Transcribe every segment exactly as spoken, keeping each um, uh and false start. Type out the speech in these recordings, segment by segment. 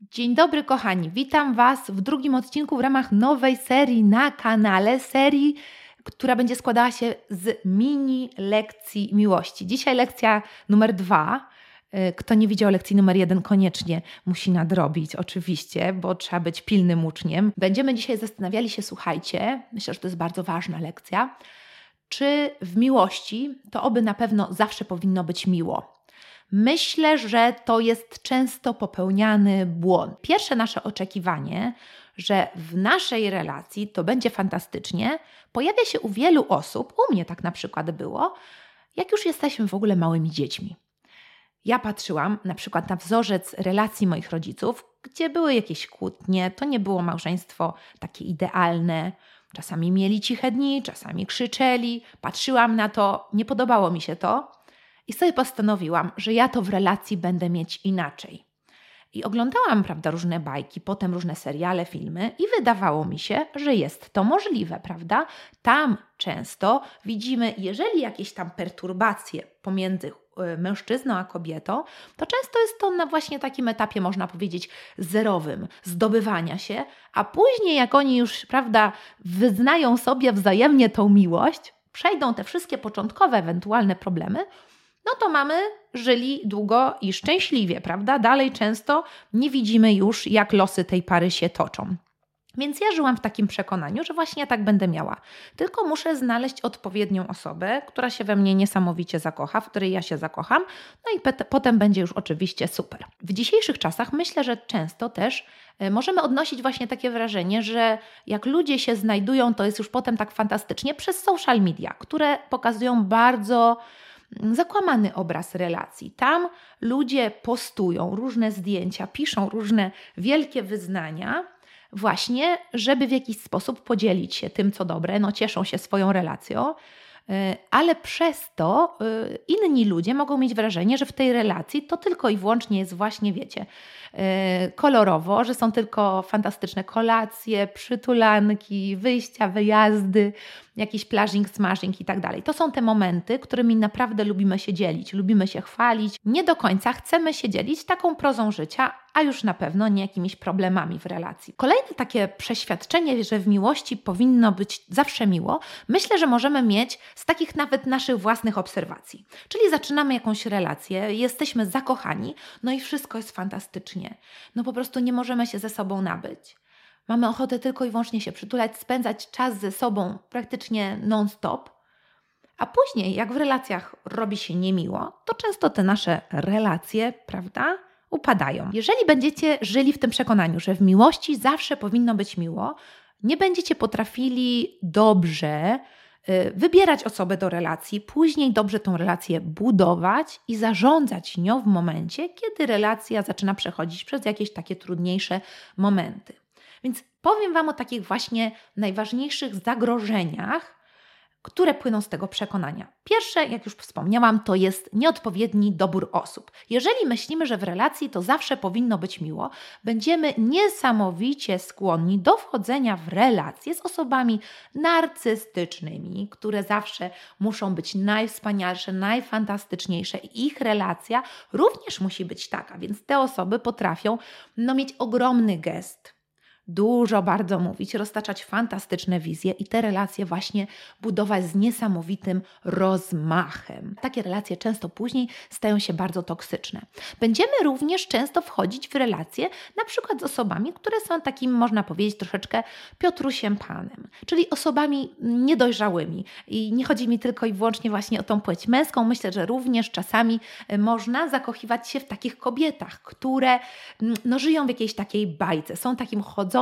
Dzień dobry kochani, witam Was w drugim odcinku w ramach nowej serii na kanale, serii, która będzie składała się z mini lekcji miłości. Dzisiaj lekcja numer dwa. Kto nie widział lekcji numer jeden, koniecznie musi nadrobić, oczywiście, bo trzeba być pilnym uczniem. Będziemy dzisiaj zastanawiali się, słuchajcie, myślę, że to jest bardzo ważna lekcja, czy w miłości to oby na pewno zawsze powinno być miło. Myślę, że to jest często popełniany błąd. Pierwsze nasze oczekiwanie, że w naszej relacji to będzie fantastycznie, pojawia się u wielu osób, u mnie tak na przykład było, jak już jesteśmy w ogóle małymi dziećmi. Ja patrzyłam na przykład na wzorzec relacji moich rodziców, gdzie były jakieś kłótnie, to nie było małżeństwo takie idealne. Czasami mieli ciche dni, czasami krzyczeli. Patrzyłam na to, nie podobało mi się to. I sobie postanowiłam, że ja to w relacji będę mieć inaczej. I oglądałam, prawda, różne bajki, potem różne seriale, filmy i wydawało mi się, że jest to możliwe, prawda? Tam często widzimy, jeżeli jakieś tam perturbacje pomiędzy mężczyzną a kobietą, to często jest to na właśnie takim etapie, można powiedzieć, zerowym, zdobywania się, a później jak oni już, prawda, wyznają sobie wzajemnie tą miłość, przejdą te wszystkie początkowe ewentualne problemy, no to mamy żyli długo i szczęśliwie, prawda? Dalej często nie widzimy już, jak losy tej pary się toczą. Więc ja żyłam w takim przekonaniu, że właśnie ja tak będę miała. Tylko muszę znaleźć odpowiednią osobę, która się we mnie niesamowicie zakocha, w której ja się zakocham, no i pet- potem będzie już oczywiście super. W dzisiejszych czasach myślę, że często też y, możemy odnosić właśnie takie wrażenie, że jak ludzie się znajdują, to jest już potem tak fantastycznie przez social media, które pokazują bardzo zakłamany obraz relacji. Tam ludzie postują różne zdjęcia, piszą różne wielkie wyznania, właśnie, żeby w jakiś sposób podzielić się tym, co dobre, no cieszą się swoją relacją, ale przez to inni ludzie mogą mieć wrażenie, że w tej relacji to tylko i wyłącznie jest właśnie, wiecie, kolorowo, że są tylko fantastyczne kolacje, przytulanki, wyjścia, wyjazdy, jakiś plażing, smashing i tak dalej. To są te momenty, którymi naprawdę lubimy się dzielić, lubimy się chwalić. Nie do końca chcemy się dzielić taką prozą życia, a już na pewno nie jakimiś problemami w relacji. Kolejne takie przeświadczenie, że w miłości powinno być zawsze miło, myślę, że możemy mieć z takich nawet naszych własnych obserwacji. Czyli zaczynamy jakąś relację, jesteśmy zakochani, no i wszystko jest fantastycznie. No po prostu nie możemy się ze sobą nabyć. Mamy ochotę tylko i wyłącznie się przytulać, spędzać czas ze sobą praktycznie non-stop. A później, jak w relacjach robi się niemiło, to często te nasze relacje, prawda, upadają. Jeżeli będziecie żyli w tym przekonaniu, że w miłości zawsze powinno być miło, nie będziecie potrafili dobrze y, wybierać osobę do relacji, później dobrze tą relację budować i zarządzać nią w momencie, kiedy relacja zaczyna przechodzić przez jakieś takie trudniejsze momenty. Więc powiem Wam o takich właśnie najważniejszych zagrożeniach, które płyną z tego przekonania. Pierwsze, jak już wspomniałam, to jest nieodpowiedni dobór osób. Jeżeli myślimy, że w relacji to zawsze powinno być miło, będziemy niesamowicie skłonni do wchodzenia w relacje z osobami narcystycznymi, które zawsze muszą być najwspanialsze, najfantastyczniejsze i ich relacja również musi być taka, więc te osoby potrafią no, mieć ogromny gest. Dużo bardzo mówić, roztaczać fantastyczne wizje i te relacje właśnie budować z niesamowitym rozmachem. Takie relacje często później stają się bardzo toksyczne. Będziemy również często wchodzić w relacje na przykład z osobami, które są takim, można powiedzieć, troszeczkę Piotrusiem Panem, czyli osobami niedojrzałymi. I nie chodzi mi tylko i wyłącznie właśnie o tą płeć męską. Myślę, że również czasami można zakochiwać się w takich kobietach, które no, żyją w jakiejś takiej bajce, są takim chodzącym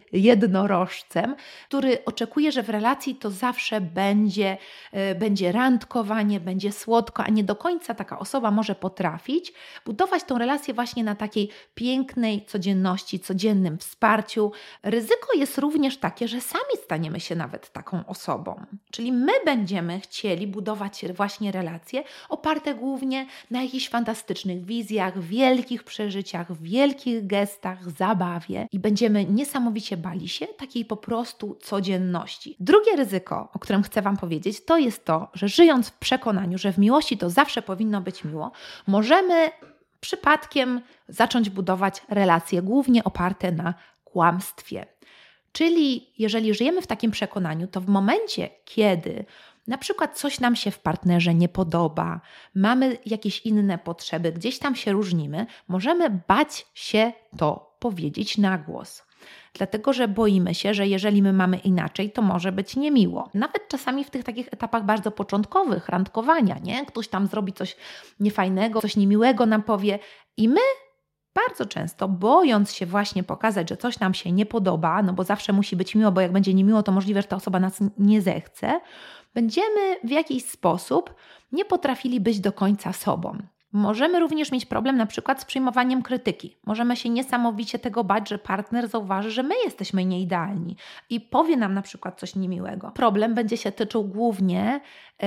jednorożcem, który oczekuje, że w relacji to zawsze będzie, y, będzie randkowanie, będzie słodko, a nie do końca taka osoba może potrafić budować tą relację właśnie na takiej pięknej codzienności, codziennym wsparciu. Ryzyko jest również takie, że sami staniemy się nawet taką osobą. Czyli my będziemy chcieli budować właśnie relacje oparte głównie na jakichś fantastycznych wizjach, wielkich przeżyciach, wielkich gestach, zabawie i będziemy niesamowicie bali się takiej po prostu codzienności. Drugie ryzyko, o którym chcę Wam powiedzieć, to jest to, że żyjąc w przekonaniu, że w miłości to zawsze powinno być miło, możemy przypadkiem zacząć budować relacje głównie oparte na kłamstwie. Czyli jeżeli żyjemy w takim przekonaniu, to w momencie, kiedy na przykład coś nam się w partnerze nie podoba, mamy jakieś inne potrzeby, gdzieś tam się różnimy, możemy bać się to powiedzieć na głos. Dlatego, że boimy się, że jeżeli my mamy inaczej, to może być niemiło. Nawet czasami w tych takich etapach bardzo początkowych, randkowania, nie? Ktoś tam zrobi coś niefajnego, coś niemiłego nam powie i my bardzo często, bojąc się właśnie pokazać, że coś nam się nie podoba, no bo zawsze musi być miło, bo jak będzie niemiło, to możliwe, że ta osoba nas nie zechce, będziemy w jakiś sposób nie potrafili być do końca sobą. Możemy również mieć problem na przykład z przyjmowaniem krytyki. Możemy się niesamowicie tego bać, że partner zauważy, że my jesteśmy nieidealni i powie nam na przykład coś niemiłego. Problem będzie się tyczył głównie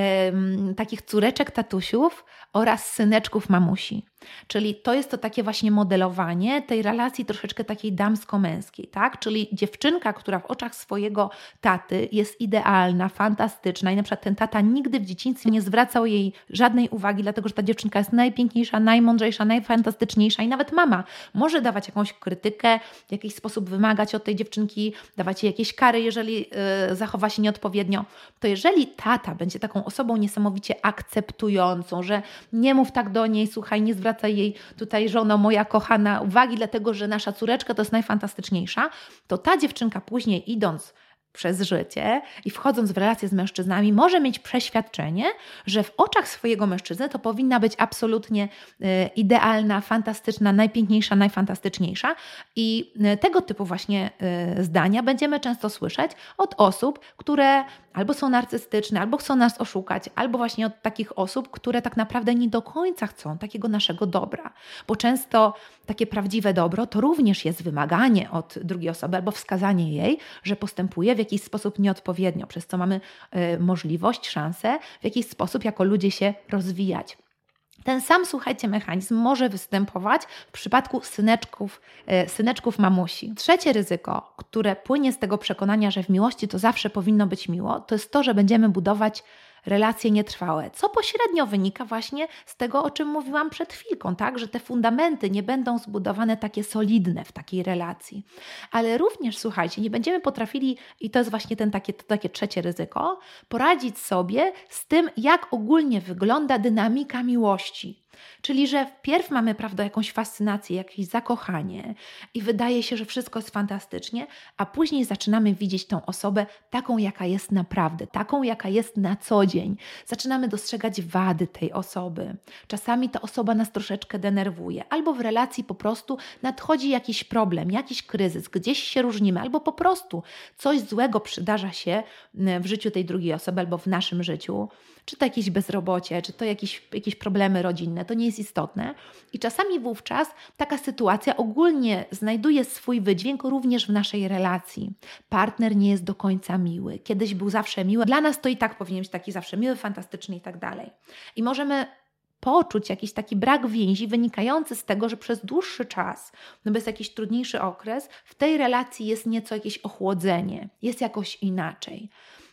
um, takich córeczek tatusiów oraz syneczków mamusi. Czyli to jest to takie właśnie modelowanie tej relacji troszeczkę takiej damsko-męskiej, tak? Czyli dziewczynka, która w oczach swojego taty jest idealna, fantastyczna i na przykład ten tata nigdy w dzieciństwie nie zwracał jej żadnej uwagi, dlatego że ta dziewczynka jest najpiękniejsza, najmądrzejsza, najfantastyczniejsza i nawet mama może dawać jakąś krytykę, w jakiś sposób wymagać od tej dziewczynki, dawać jej jakieś kary, jeżeli yy, zachowa się nieodpowiednio. To jeżeli tata będzie taką osobą niesamowicie akceptującą, że nie mów tak do niej, słuchaj, nie zwracaj jej tutaj żono moja kochana uwagi, dlatego że nasza córeczka to jest najfantastyczniejsza, to ta dziewczynka później idąc przez życie i wchodząc w relacje z mężczyznami może mieć przeświadczenie, że w oczach swojego mężczyzny to powinna być absolutnie y, idealna, fantastyczna, najpiękniejsza, najfantastyczniejsza i y, tego typu właśnie y, zdania będziemy często słyszeć od osób, które albo są narcystyczne, albo chcą nas oszukać, albo właśnie od takich osób, które tak naprawdę nie do końca chcą takiego naszego dobra, bo często takie prawdziwe dobro to również jest wymaganie od drugiej osoby albo wskazanie jej, że postępuje w jakiś sposób nieodpowiednio, przez co mamy y, możliwość, szansę w jakiś sposób jako ludzie się rozwijać. Ten sam, słuchajcie, mechanizm może występować w przypadku syneczków, y, syneczków mamusi. Trzecie ryzyko, które płynie z tego przekonania, że w miłości to zawsze powinno być miło, to jest to, że będziemy budować relacje nietrwałe, co pośrednio wynika właśnie z tego, o czym mówiłam przed chwilką, tak, że te fundamenty nie będą zbudowane takie solidne w takiej relacji. Ale również, słuchajcie, nie będziemy potrafili, i to jest właśnie ten takie, to takie trzecie ryzyko, poradzić sobie z tym, jak ogólnie wygląda dynamika miłości. Czyli, że wpierw mamy, prawda, jakąś fascynację, jakieś zakochanie i wydaje się, że wszystko jest fantastycznie, a później zaczynamy widzieć tą osobę taką, jaka jest naprawdę, taką, jaka jest na co dzień. Zaczynamy dostrzegać wady tej osoby. Czasami ta osoba nas troszeczkę denerwuje, albo w relacji po prostu nadchodzi jakiś problem, jakiś kryzys, gdzieś się różnimy, albo po prostu coś złego przydarza się w życiu tej drugiej osoby, albo w naszym życiu. Czy to jakieś bezrobocie, czy to jakieś, jakieś problemy rodzinne, to nie jest istotne. I czasami wówczas taka sytuacja ogólnie znajduje swój wydźwięk również w naszej relacji. Partner nie jest do końca miły. Kiedyś był zawsze miły. Dla nas to i tak powinien być taki zawsze miły, fantastyczny i tak dalej. I możemy poczuć jakiś taki brak więzi wynikający z tego, że przez dłuższy czas, no bez jakiś trudniejszy okres, w tej relacji jest nieco jakieś ochłodzenie, jest jakoś inaczej.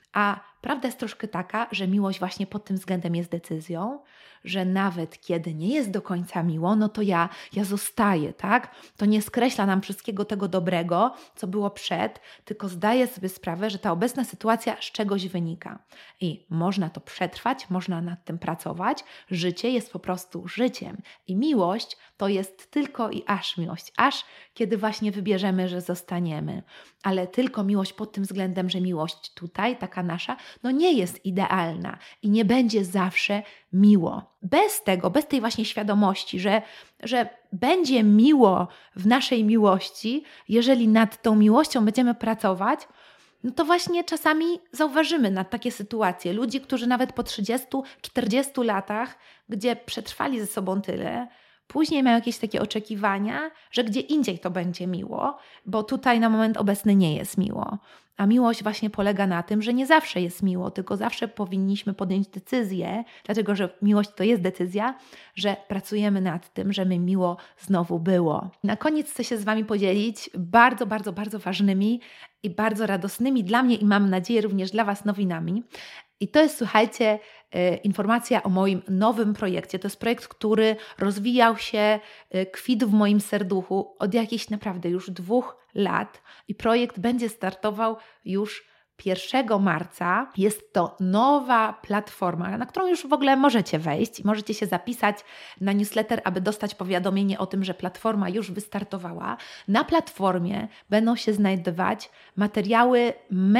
A prawda jest troszkę taka, że miłość właśnie pod tym względem jest decyzją, że nawet kiedy nie jest do końca miło, no to ja, ja zostaję, tak? To nie skreśla nam wszystkiego tego dobrego, co było przed, tylko zdaję sobie sprawę, że ta obecna sytuacja z czegoś wynika. I można to przetrwać, można nad tym pracować. Życie jest po prostu życiem. I miłość to jest tylko i aż miłość, aż kiedy właśnie wybierzemy, że zostaniemy. Ale tylko miłość pod tym względem, że miłość tutaj, taka nasza, no nie jest idealna i nie będzie zawsze miło. Bez tego, bez tej właśnie świadomości, że, że będzie miło w naszej miłości, jeżeli nad tą miłością będziemy pracować, no to właśnie czasami zauważymy na takie sytuacje. Ludzi, którzy nawet po trzydziestu czterdziestu latach, gdzie przetrwali ze sobą tyle, później mają jakieś takie oczekiwania, że gdzie indziej to będzie miło, bo tutaj na moment obecny nie jest miło. A miłość właśnie polega na tym, że nie zawsze jest miło, tylko zawsze powinniśmy podjąć decyzję, dlatego że miłość to jest decyzja, że pracujemy nad tym, żeby miło znowu było. Na koniec chcę się z Wami podzielić bardzo, bardzo, bardzo ważnymi i bardzo radosnymi dla mnie i mam nadzieję również dla Was nowinami. I to jest, słuchajcie, informacja o moim nowym projekcie. To jest projekt, który rozwijał się, kwitł w moim serduchu od jakichś naprawdę już dwóch lat i projekt będzie startował już pierwszego marca. Jest to nowa platforma, na którą już w ogóle możecie wejść i możecie się zapisać na newsletter, aby dostać powiadomienie o tym, że platforma już wystartowała. Na platformie będą się znajdować materiały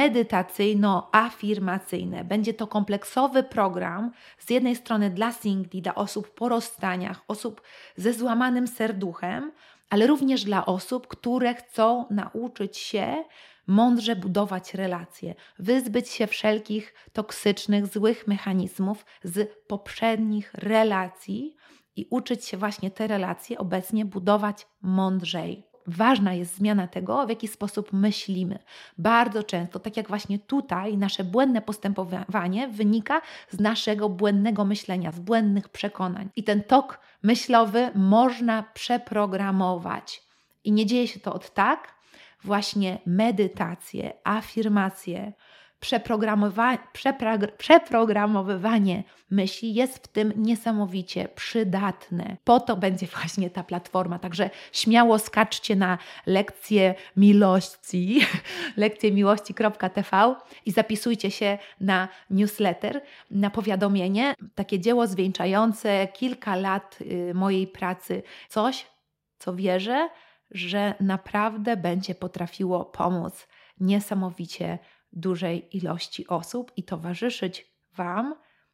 medytacyjno-afirmacyjne. Będzie to kompleksowy program z jednej strony dla singli, dla osób po rozstaniach, osób ze złamanym serduchem, ale również dla osób, które chcą nauczyć się mądrze budować relacje, wyzbyć się wszelkich toksycznych, złych mechanizmów z poprzednich relacji i uczyć się właśnie te relacje obecnie budować mądrzej. Ważna jest zmiana tego, w jaki sposób myślimy. Bardzo często, tak jak właśnie tutaj, nasze błędne postępowanie wynika z naszego błędnego myślenia, z błędnych przekonań. I ten tok myślowy można przeprogramować. I nie dzieje się to od tak. Właśnie medytacje, afirmacje, przeprogramowa- przepra- przeprogramowywanie myśli jest w tym niesamowicie przydatne. Po to będzie właśnie ta platforma, także śmiało skaczcie na lekcje miłości, lekcje miłości kropka t v i zapisujcie się na newsletter, na powiadomienie, takie dzieło zwieńczające kilka lat mojej pracy, coś, co wierzę, że naprawdę będzie potrafiło pomóc niesamowicie dużej ilości osób i towarzyszyć Wam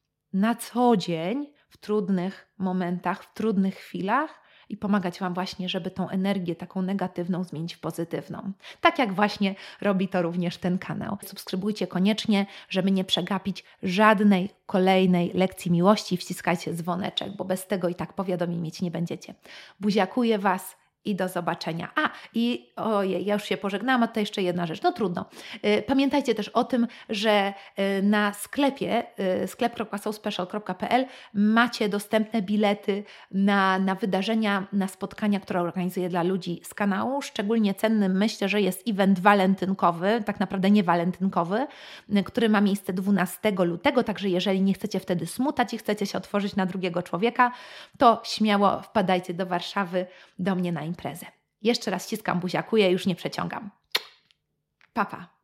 na co dzień w trudnych momentach, w trudnych chwilach i pomagać Wam właśnie, żeby tą energię taką negatywną zmienić w pozytywną. Tak jak właśnie robi to również ten kanał. Subskrybujcie koniecznie, żeby nie przegapić żadnej kolejnej lekcji miłości i wciskajcie dzwoneczek, bo bez tego i tak powiadomień mieć nie będziecie. Buziakuję Was i do zobaczenia. A, i ojej, ja już się pożegnałam, a to jeszcze jedna rzecz. No trudno. Pamiętajcie też o tym, że na sklepie, sklep kropka soul special kropka p l macie dostępne bilety na, na wydarzenia, na spotkania, które organizuję dla ludzi z kanału. Szczególnie cennym myślę, że jest event walentynkowy, tak naprawdę nie walentynkowy, który ma miejsce dwunastego lutego, także jeżeli nie chcecie wtedy smutać i chcecie się otworzyć na drugiego człowieka, to śmiało wpadajcie do Warszawy, do mnie na imprezę. Jeszcze raz ściskam, buziakuję, już nie przeciągam. Pa, pa.